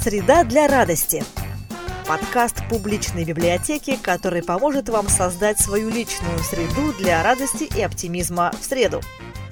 Среда для радости. Подкаст публичной библиотеки, который поможет вам создать свою личную среду для радости и оптимизма в среду.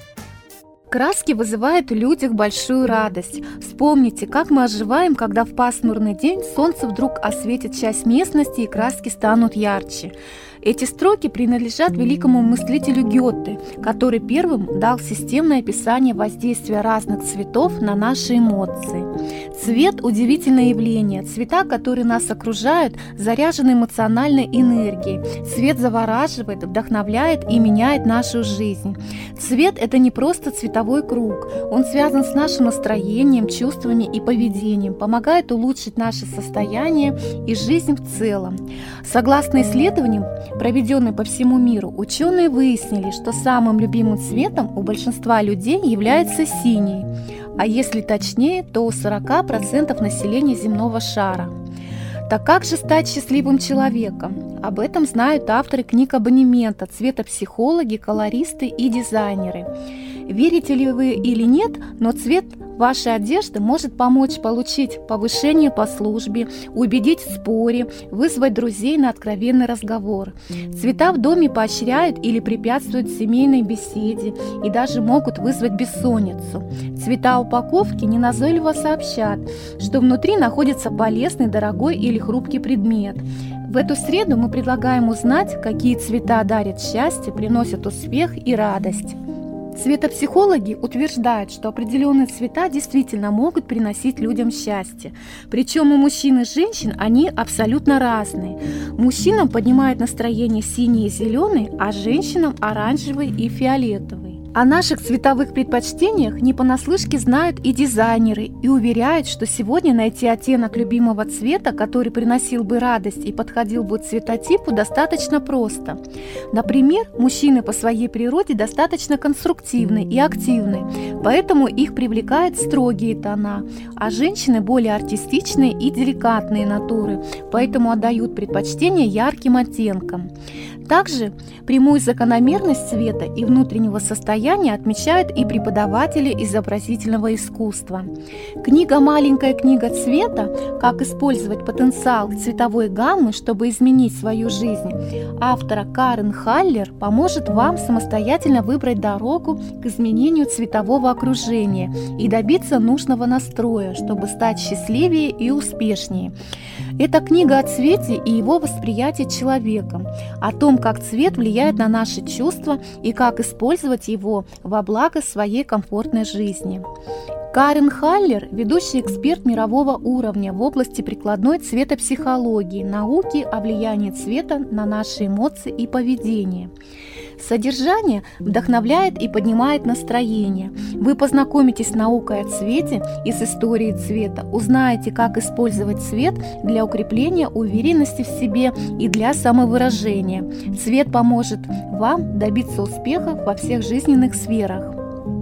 Краски вызывают в людях большую радость. Вспомните, как мы оживаем, когда в пасмурный день солнце вдруг осветит часть местности и краски станут ярче. Эти строки принадлежат великому мыслителю Гёте, который первым дал системное описание воздействия разных цветов на наши эмоции. Цвет – удивительное явление. Цвета, которые нас окружают, заряжены эмоциональной энергией. Цвет завораживает, вдохновляет и меняет нашу жизнь. Цвет – это не просто цветовой круг. Он связан с нашим настроением, чувствами и поведением, помогает улучшить наше состояние и жизнь в целом. Согласно исследованиям, проведенным по всему миру, ученые выяснили, что самым любимым цветом у большинства людей является синий, а если точнее, то у 40% населения земного шара. Так как же стать счастливым человеком? Об этом знают авторы книг абонемента, цветопсихологи, колористы и дизайнеры. Верите ли вы или нет, но цвет вашей одежды может помочь получить повышение по службе, убедить в споре, вызвать друзей на откровенный разговор. Цвета в доме поощряют или препятствуют семейной беседе и даже могут вызвать бессонницу. Цвета упаковки неназойливо сообщат, что внутри находится полезный, дорогой или хрупкий предмет. В эту среду мы предлагаем узнать, какие цвета дарят счастье, приносят успех и радость. Цветопсихологи утверждают, что определенные цвета действительно могут приносить людям счастье. Причем у мужчин и женщин они абсолютно разные. Мужчинам поднимает настроение синий и зеленый, а женщинам оранжевый и фиолетовый. О наших цветовых предпочтениях не понаслышке знают и дизайнеры, и уверяют, что сегодня найти оттенок любимого цвета, который приносил бы радость и подходил бы цветотипу, достаточно просто. Например, мужчины по своей природе достаточно конструктивны и активны, поэтому их привлекают строгие тона, а женщины более артистичные и деликатные натуры, поэтому отдают предпочтение ярким оттенкам. Также прямую закономерность цвета и внутреннего состояния отмечают и преподаватели изобразительного искусства. Книга «Маленькая книга цвета. Как использовать потенциал цветовой гаммы, чтобы изменить свою жизнь» автора Карен Халлер поможет вам самостоятельно выбрать дорогу к изменению цветового окружения и добиться нужного настроя, чтобы стать счастливее и успешнее. Это книга о цвете и его восприятии человеком, о том, как цвет влияет на наши чувства и как использовать его во благо своей комфортной жизни. Карен Халлер – ведущий эксперт мирового уровня в области прикладной цветопсихологии, науки о влиянии цвета на наши эмоции и поведение. Содержание вдохновляет и поднимает настроение. Вы познакомитесь с наукой о цвете и с историей цвета, узнаете, как использовать цвет для укрепления уверенности в себе и для самовыражения. Цвет поможет вам добиться успеха во всех жизненных сферах.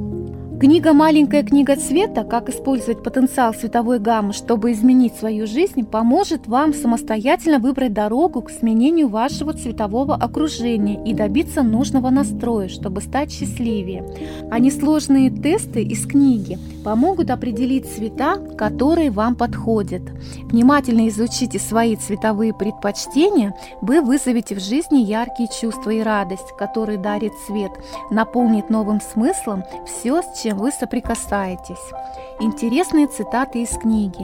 Книга «Маленькая книга цвета. Как использовать потенциал цветовой гаммы, чтобы изменить свою жизнь» поможет вам самостоятельно выбрать дорогу к изменению вашего цветового окружения и добиться нужного настроя, чтобы стать счастливее. А несложные тесты из книги помогут определить цвета, которые вам подходят. Внимательно изучите свои цветовые предпочтения, вы вызовете в жизни яркие чувства и радость, которые дарит цвет, наполнит новым смыслом все, с чем вы соприкасаетесь. Интересные цитаты из книги.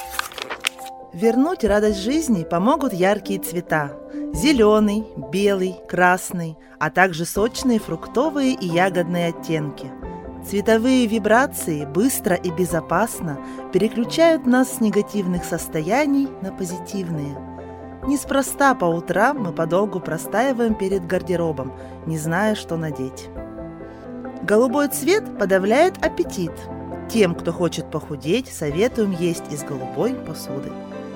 Вернуть радость жизни помогут яркие цвета – зеленый, белый, красный, а также сочные фруктовые и ягодные оттенки. Цветовые вибрации быстро и безопасно переключают нас с негативных состояний на позитивные. Неспроста по утрам мы подолгу простаиваем перед гардеробом, не зная, что надеть. Голубой цвет подавляет аппетит. Тем, кто хочет похудеть, советуем есть из голубой посуды.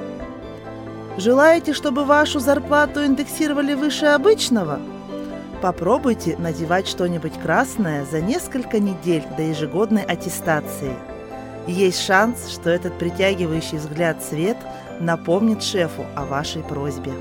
Желаете, чтобы вашу зарплату индексировали выше обычного? Попробуйте надевать что-нибудь красное за несколько недель до ежегодной аттестации. Есть шанс, что этот притягивающий взгляд цвет напомнит шефу о вашей просьбе.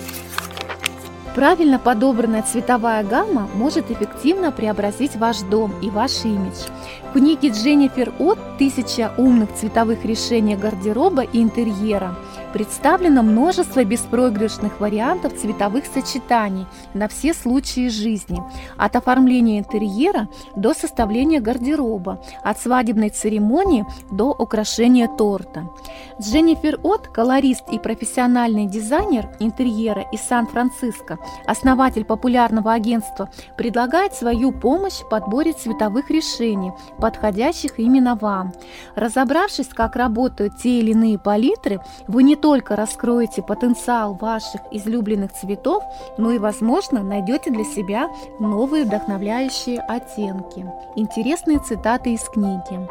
Правильно подобранная цветовая гамма может эффективно преобразить ваш дом и ваш имидж. В книге Дженнифер Отт 1000 умных цветовых решений гардероба и интерьера представлено множество беспроигрышных вариантов цветовых сочетаний на все случаи жизни, от оформления интерьера до составления гардероба, от свадебной церемонии до украшения торта. Дженнифер Отт, колорист и профессиональный дизайнер интерьера из Сан-Франциско, основатель популярного агентства, предлагает свою помощь в подборе цветовых решений, подходящих именно вам. Разобравшись, как работают те или иные палитры, вы не только раскроете потенциал ваших излюбленных цветов, но и, возможно, найдете для себя новые вдохновляющие оттенки. Интересные цитаты из книги.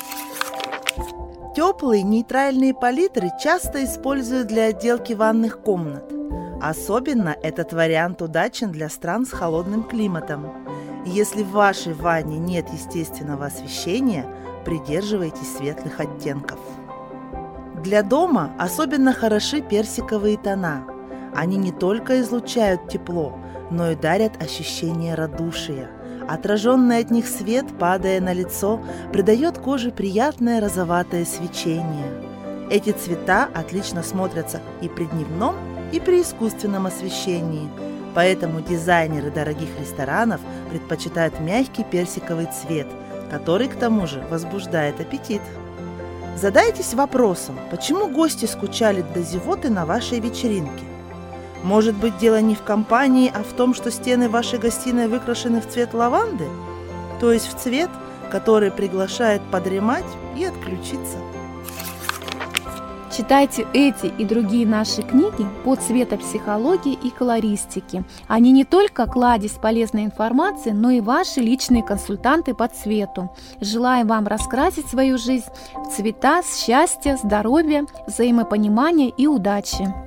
Теплые нейтральные палитры часто используют для отделки ванных комнат. Особенно этот вариант удачен для стран с холодным климатом. Если в вашей ванне нет естественного освещения, придерживайтесь светлых оттенков. Для дома особенно хороши персиковые тона. Они не только излучают тепло, но и дарят ощущение радушия. Отраженный от них свет, падая на лицо, придает коже приятное розоватое свечение. Эти цвета отлично смотрятся и при дневном, и при искусственном освещении. Поэтому дизайнеры дорогих ресторанов предпочитают мягкий персиковый цвет, который, к тому же, возбуждает аппетит. Задайтесь вопросом, почему гости скучали до зевоты на вашей вечеринке? Может быть, дело не в компании, а в том, что стены вашей гостиной выкрашены в цвет лаванды? То есть в цвет, который приглашает подремать и отключиться. Читайте эти и другие наши книги по цветопсихологии и колористике. Они не только кладезь полезной информации, но и ваши личные консультанты по цвету. Желаем вам раскрасить свою жизнь в цвета счастья, здоровья, взаимопонимания и удачи.